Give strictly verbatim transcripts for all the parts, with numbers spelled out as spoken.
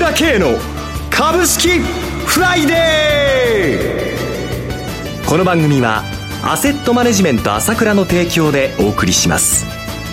倉慶の株式フライデー。この番組はアセットマネジメント朝倉の提供でお送りします。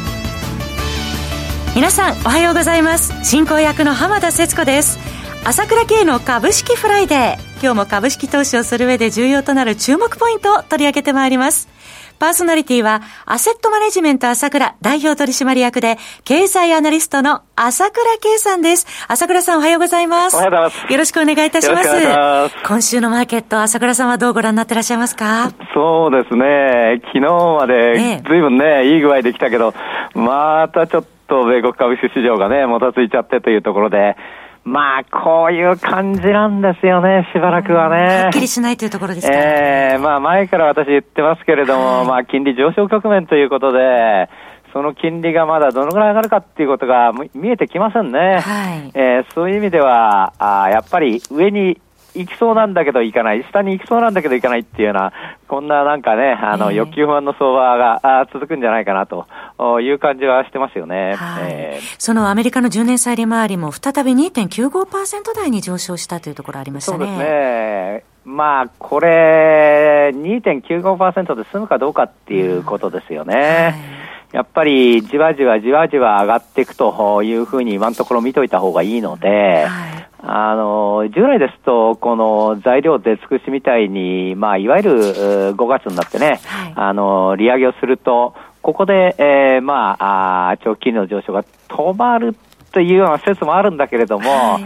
皆さんおはようございます。進行役の浜田節子です。朝倉慶の株式フライデー、今日も株式投資をする上で重要となる注目ポイントを取り上げてまいります。パーソナリティはアセットマネジメント朝倉代表取締役で経済アナリストの朝倉慶さんです。朝倉さんおはようございます。 おはようございます。 よろしくお願いいたします。 よろしくお願いします。 今週のマーケット、朝倉さんはどうご覧になってらっしゃいますか？ そうですね、昨日まで随分ね、いい具合できたけど、またちょっと米国株式市場がねもたついちゃってというところで、まあこういう感じなんですよね、しばらくはね。 はっきりしないというところですか。 ええー、まあ前から私言ってますけれども、はい、まあ金利上昇局面ということで、その金利がまだどのぐらい上がるかっていうことが見えてきませんね。はい、えー、そういう意味ではあやっぱり上に行きそうなんだけど行かない、下に行きそうなんだけど行かないっていうような、こんななんかね、あの、欲求不安の相場が続くんじゃないかなという感じはしてますよね。 はい、 えー、 そのアメリカのじゅうねん債利回りも再び にてんきゅうごパーセント 台に上昇したというところありましたね。 そうですね。まあ、これ、にてんきゅうごパーセント で済むかどうかっていうことですよね。うん、はい、やっぱりじわじわじわじわ上がっていくというふうに今のところ見といた方がいいので、はい、あの従来ですとこの材料出尽くしみたいに、まあ、いわゆるごがつになってね、はい、あの利上げをするとここで、えー、まあ、あ長期金利の上昇が止まるというような説もあるんだけれども、はい、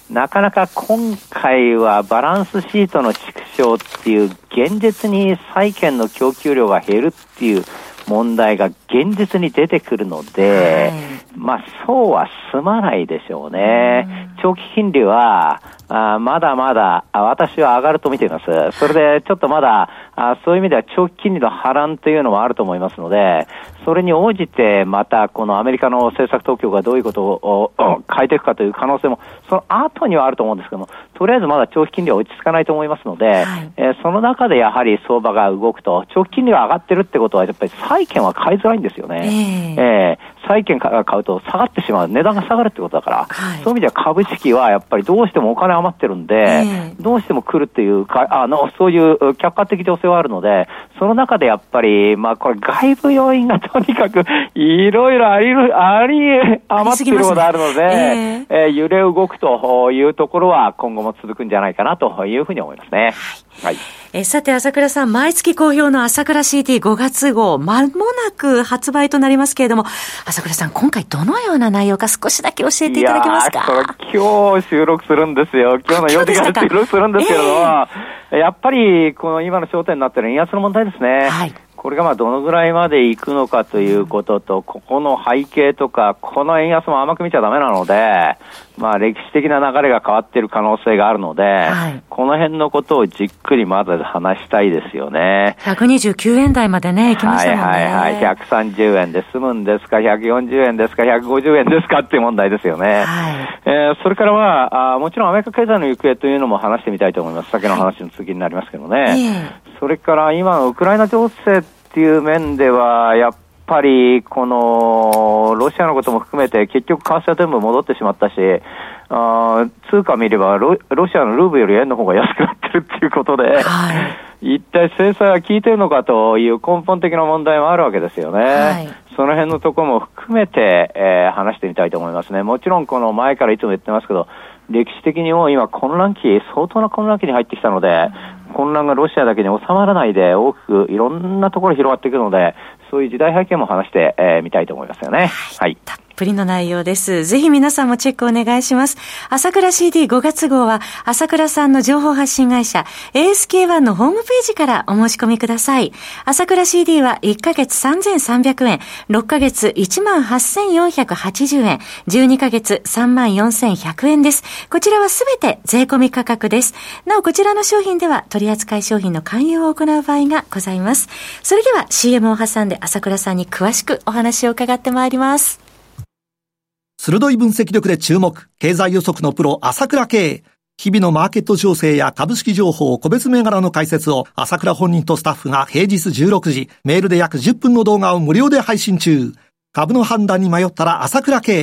なかなか今回はバランスシートの縮小っていう現実に債券の供給量が減るっていう問題が現実に出てくるので、はい、まあそうは済まないでしょうね。長期金利はあまだまだ私は上がると見ています。それでちょっとまだあそういう意味では長期金利の波乱というのもあると思いますので、それに応じてまたこのアメリカの政策当局がどういうことを変えていくかという可能性もその後にはあると思うんですけども、とりあえずまだ長期金利は落ち着かないと思いますので、はい、えー、その中でやはり相場が動くと、長期金利が上がってるってことはやっぱり債券は買いづらいんですよね。えーえー、債券が買うと下がってしまう、値段が下がるってことだから、はい、そういう意味では株式はやっぱりどうしてもお金余ってるんで、えー、どうしても来るっていうか、あのそういう客観的情勢はあるので、その中でやっぱりまあこれ外部要因がとにかくいろいろありあり余ってることがあるので、ね、えーえー、揺れ動くというところは今後も続くんじゃないかなというふうに思いますね。はい、はい、 えさて朝倉さん、毎月好評の朝倉 シーディーご 月号まもなく発売となりますけれども、朝倉さん今回どのような内容か少しだけ教えていただけますか？ いや今日収録するんですよ。今日のよじから収録するんですけれども、えー、やっぱりこの今の焦点になっている円安の問題ですね。はい、これがまあどのぐらいまでいくのかということと、ここの背景とか、この円安も甘く見ちゃダメなので、まあ歴史的な流れが変わっている可能性があるので、はい、この辺のことをじっくりまず話したいですよね。 ひゃくにじゅうきゅうえん台までね、行きましたもんね。 はいはいはい。ひゃくさんじゅうえんで済むんですか、ひゃくよんじゅうえんですか、ひゃくごじゅうえんですかっていう問題ですよね。はい、えー、それからまあ、あもちろんアメリカ経済の行方というのも話してみたいと思います。先の話の次になりますけどね。はい、それから今のウクライナ情勢っていう面ではやっぱりこのロシアのことも含めて結局為替は全部戻ってしまったし、あ通貨見れば ロ, ロシアのルーブルより円の方が安くなってるっていうことで、はい、一体制裁は効いてるのかという根本的な問題もあるわけですよね。はい、その辺のところも含めて、えー、話してみたいと思いますね。もちろんこの前からいつも言ってますけど、歴史的にも今混乱期、相当な混乱期に入ってきたので、混乱がロシアだけに収まらないで大きくいろんなところに広がっていくので、そういう時代背景も話してみ、えー、たいと思いますよね。はい。たっぷりの内容です。ぜひ皆さんもチェックお願いします。朝倉 シーディーご 月号は朝倉さんの情報発信会社 エーエスケーワン のホームページからお申し込みください。朝倉 シーディー はいっかげつさんぜんさんびゃくえん、ろっかげついちまんはっせんよんひゃくはちじゅうえん、じゅうにかげつさんまんよんせんひゃくえんです。こちらはすべて税込み価格です。なおこちらの商品では取扱い商品の勧誘を行う場合がございます。それでは シーエム を挟んで朝倉さんに詳しくお話を伺ってまいります。 鋭い分析力で注目、経済予測のプロ朝倉慶。日々のマーケット情勢や株式情報、個別銘柄の解説を朝倉本人とスタッフが平日じゅうろくじ、メールで約じゅっぷんの動画を無料で配信中。株の判断に迷ったら朝倉慶。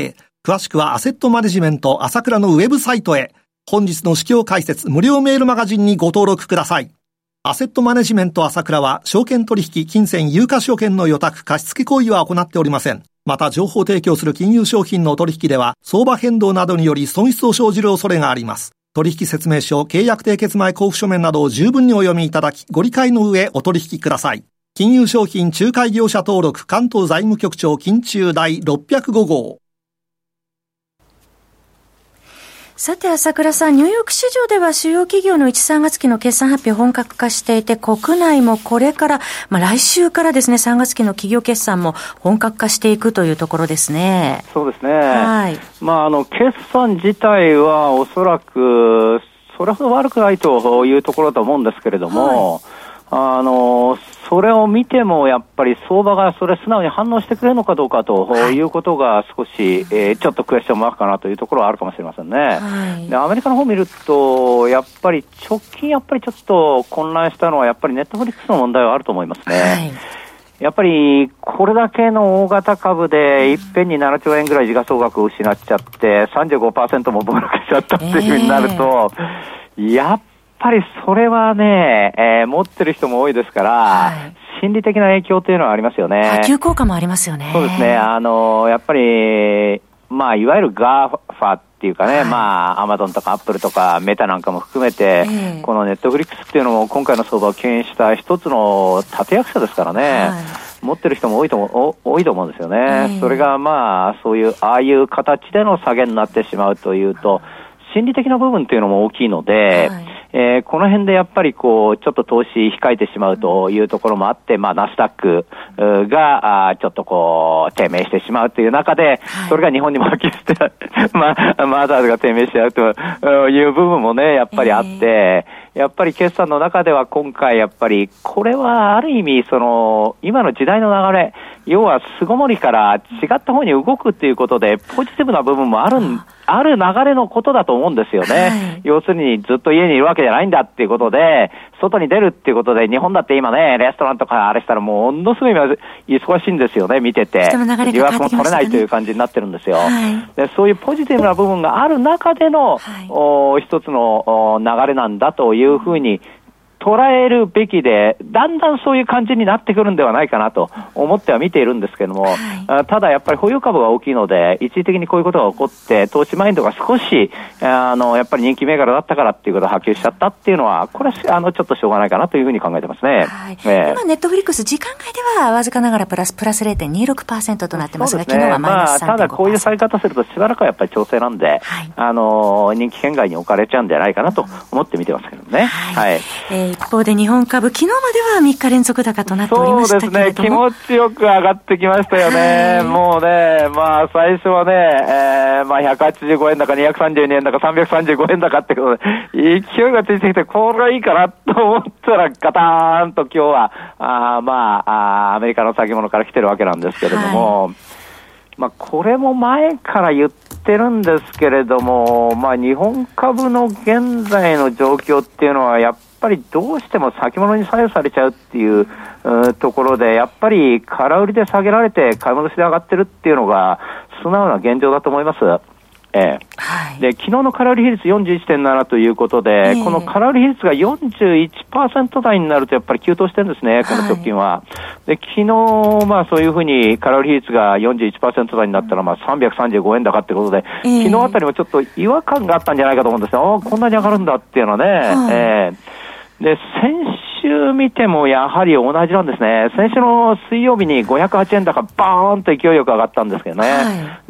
詳しくはアセットマネジメント朝倉のウェブサイトへ。本日の市況解説無料メールマガジンにご登録ください。アセットマネジメント朝倉は証券取引、金銭、有価証券の予託、貸付行為は行っておりません。また情報提供する金融商品の取引では相場変動などにより損失を生じる恐れがあります。取引説明書、契約締結前交付書面などを十分にお読みいただき、ご理解の上お取引ください。金融商品仲介業者登録関東財務局長金中第ろっぴゃくご号。 さて朝倉さん、ニューヨーク市場では主要企業のいち、さんがつ期の決算発表本格化していて、国内もこれから、まあ、来週からですね、さんがつ期の企業決算も本格化していくというところですね。 そうですね。 はい。 まあ、あの、決算自体はおそらく、それほど悪くないというところだと思うんですけれども、はい、あの、それを見てもやっぱり相場がそれ素直に反応してくれるのかどうかということが少し、えー、ちょっとクエスチョンマークかなというところはあるかもしれませんね。はい、でアメリカの方を見るとやっぱり直近やっぱりちょっと混乱したのはやっぱりネットフリックスの問題はあると思いますね。はい、やっぱりこれだけの大型株でいっぺんにななちょうえんぐらい時価総額を失っちゃって さんじゅうごパーセント も暴落しちゃったっていう風になると、えー、やっやっぱりそれはね、えー、持ってる人も多いですから、はい、心理的な影響というのはありますよね。 波及効果もありますよね。 そうですね。あの、やっぱり、まあ、いわゆるガーファっていうかね、はい、まあ、アマゾンとかアップルとかメタなんかも含めて、えー、このネットフリックスっていうのも今回の相場を牽引した一つの立役者ですからね。はい、持ってる人も多いと思う、多いと思うんですよね。えー、それがまあ、そういう、ああいう形での下げになってしまうというと、心理的な部分っていうのも大きいので、はい、えー、この辺でやっぱりこうちょっと投資控えてしまうというところもあって、まあナスダックがあちょっとこう低迷してしまうという中で、はい、それが日本にも波及してまあマザーズが低迷しちゃうという部分もねやっぱりあって、えー、やっぱり決算の中では今回やっぱりこれはある意味その今の時代の流れ、要は巣ごもりから違った方に動くっていうことでポジティブな部分もあるんある流れのことだと思うんですよね。はい、要するにずっと家にいるわけじゃないんだっていうことで、外に出るっていうことで、日本だって今ね、レストランとかあれしたらもうものすごい忙しいんですよね、見てて。 人の流れが変わってきましたね。 予約も取れないという感じになってるんですよ。 はい、 でそういうポジティブな部分がある中での、はい、お一つの流れなんだというふうに捉えるべきで、だんだんそういう感じになってくるんではないかなと思っては見ているんですけども、はい、ただやっぱり保有株が大きいので、一時的にこういうことが起こって、投資マインドが少し、あの、やっぱり人気銘柄だったからっていうことが波及しちゃったっていうのは、これは、あの、ちょっとしょうがないかなというふうに考えてますね。 はい、えー、今、ネットフリックス、時間外ではわずかながらプラス、プラス れいてんにろくパーセント となってますが、すね、昨日はマイナス さんてんごパーセント。まあ、ただこういう下げ方するとしばらくはやっぱり調整なんで、はい、あの、人気圏外に置かれちゃうんじゃないかなと思って見てますけどね。はい。はい、 えー、一方で日本株、昨日まではみっか連続高となっておりましたけれども。 そうですね、気持ちよく上がってきましたよね。はい、もうね、まあ最初はね、えー、まあひゃくはちじゅうごえんだかにひゃくさんじゅうにえんだかさんびゃくさんじゅうごえんだかってことで、勢いがついてきて、これがいいかなと思ったら、ガターンと今日は、あまあ、あアメリカの先物から来てるわけなんですけれども、はい、まあこれも前から言ってるんですけれども、まあ日本株の現在の状況っていうのはやっぱりやっぱりどうしても先物に左右されちゃうっていう、うー、ところで、やっぱり空売りで下げられて買い戻しで上がってるっていうのが素直な現状だと思います。ええはい、で昨日の空売り比率 よんじゅういってんなな ということで、えー、この空売り比率が よんじゅういちパーセント 台になるとやっぱり急騰してるんですね、この直近は。はい、で昨日、まあ、そういうふうに空売り比率が よんじゅういちパーセント 台になったら、まあ、さんびゃくさんじゅうごえん高ってことで、えー、昨日あたりもちょっと違和感があったんじゃないかと思うんですよ。あこんなに上がるんだっていうのはね。はいえーで、先週見てもやはり同じなんですね。先週の水曜日にごひゃくはちえん高バーンと勢いよく上がったんですけどね。はい、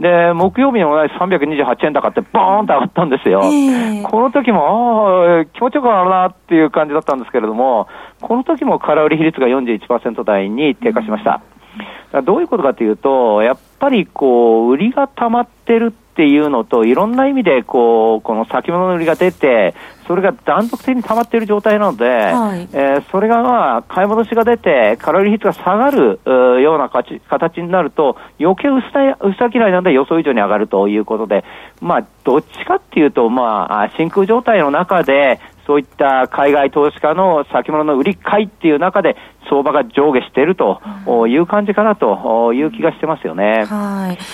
で、木曜日に同じさんびゃくにじゅうはちえん高ってバーンと上がったんですよ。えー、この時も、ああ、気持ちよく上がるなっていう感じだったんですけれども、この時も空売り比率が よんじゅういちパーセント 台に低下しました。うん、どういうことかというと、やっぱりこう、売りが溜まってるっていうのと、いろんな意味でこう、この先物の売りが出て、それが断続的に溜まっている状態なので、はいえー、それがまあ買い戻しが出て空売り率が下がるような形になると余計薄商いなので予想以上に上がるということで、まあどっちかっていうとまあ真空状態の中でそういった海外投資家の先物の売り買いっていう中で相場が上下しているという感じかなという気がしてますよね。 はい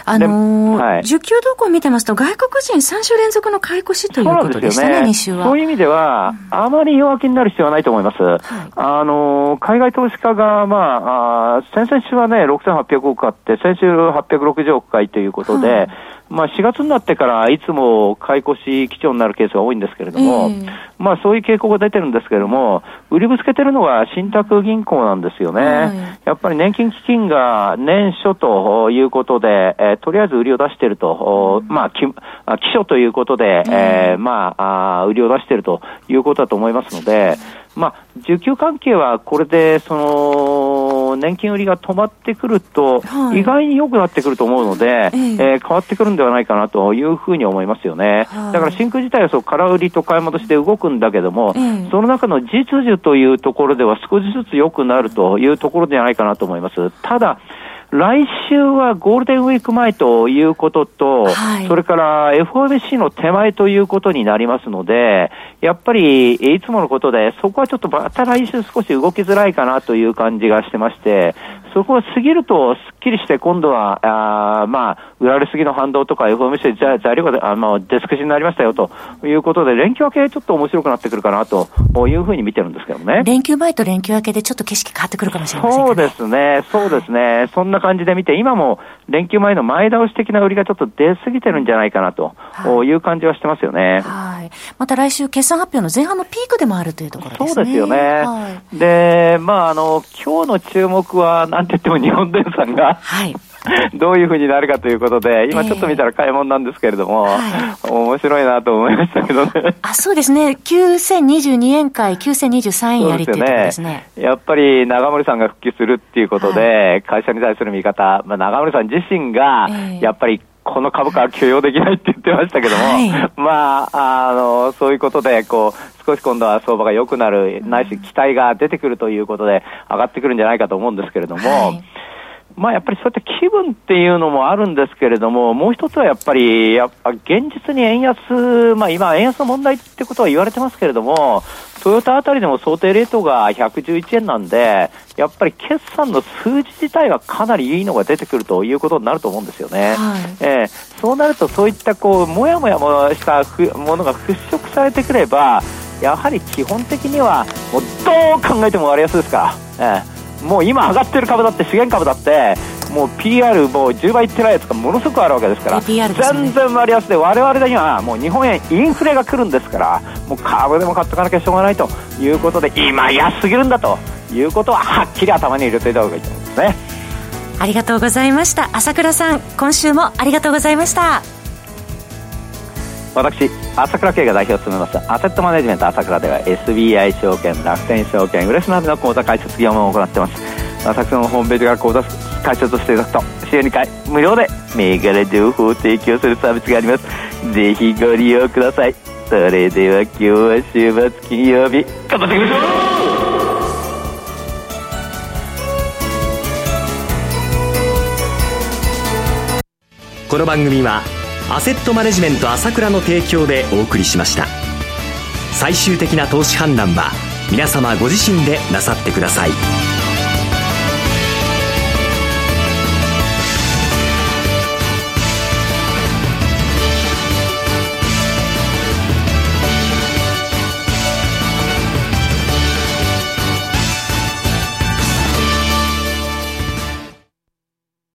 あのーはい、需給動向を見てますと、外国人さん週連続の買い越しということでしたね、に週は。 そういう意味では、うん、あまり弱気になる必要はないと思います。はい、あのー、海外投資家が、まあ、あ先々週はね、ろくせんはっぴゃくおく買って、先週はっぴゃくろくじゅうおく買いということで、はい、まあしがつになってからいつも買い越し基調になるケースが多いんですけれども、えー、まあそういう傾向が出てるんですけれども、売りぶつけてるのは信託銀行なんですよね。はい、やっぱり年金基金が年初ということで、えー、とりあえず売りを出していると、まあ、基礎ということで、えー、まあ、あ売りを出しているということだと思いますので、まあ、需給関係はこれで、その、年金売りが止まってくると、意外に良くなってくると思うので、はい、えー、変わってくるんではないかなというふうに思いますよね。はい、だから真空自体はそう、空売りと買い戻しで動くんだけども、えー、その中の実需というところでは少しずつ良くなるというところではないかなと思います。ただ、来週はゴールデンウィーク前ということと、はい、それから エフオーエムシー の手前ということになりますので、やっぱりいつものことで、そこはちょっとまた来週少し動きづらいかなという感じがしてまして、そこが過ぎるとすっきりして今度は、あまあ、売られすぎの反動とか エフオーエムシー 材料があのデスクシになりましたよということで、連休明けちょっと面白くなってくるかなというふうに見てるんですけどね。 連休前と連休明けでちょっと景色変わってくるかもしれませんね。 そうですね、そうですね。そんな感じで見て、今も連休前の前倒し的な売りがちょっと出過ぎてるんじゃないかなという感じはしてますよね。 はい。また来週決算発表の前半のピークでもあるというところですね。 そうですよね。はい、で、まあ、あの、今日の注目は、なんて言っても日本電産が、はい。どういうふうになるかということで、今ちょっと見たら買い物なんですけれども、えーはい、面白いなと思いましたけどね。 あ、そうですね。きゅうせんにじゅうにえん買い、きゅうせんにじゅうさんえんやりっていうところですね。 やっぱり長森さんが復帰するっていうことで、はい、会社に対する見方、まあ、長森さん自身が、やっぱりこの株価は許容できないって言ってましたけども、はい、まあ、あの、そういうことで、こう、少し今度は相場が良くなる、ないし期待が出てくるということで、上がってくるんじゃないかと思うんですけれども、はい、まあやっぱりそういった気分っていうのもあるんですけれども、もう一つはやっぱり、やっぱ現実に円安、まあ今円安の問題ってことは言われてますけれども、トヨタあたりでも想定レートがひゃくじゅういちえんなんで、やっぱり決算の数字自体はかなりいいのが出てくるということになると思うんですよね。はい、えー、そうなるとそういったこう、もやもやもしたものが払拭されてくれば、やはり基本的には、もうどう考えても割安ですから、えーもう今上がってる株だって資源株だってもう ピーアール もうじゅうばいいってないやつがものすごくあるわけですから、ね、全然割安で我々にはもう日本円インフレが来るんですから、もう株でも買っておかなきゃしょうがないということで、今安すぎるんだということははっきり頭に入れておいた方がいいと思いますね。 ありがとうございました。朝倉さん、今週もありがとうございました。 私、朝倉慶が代表を務めますアセットマネジメント朝倉では エスビーアイ 証券、楽天証券、嬉野の口座開設業務を行っています。私のホームページから口座開設していただくと週にかい無料で銘柄情報を提供するサービスがあります。ぜひご利用ください。それでは今日は週末金曜日、頑張っていきましょう。 この番組はアセットマネジメント朝倉の提供でお送りしました。最終的な投資判断は皆様ご自身でなさってください。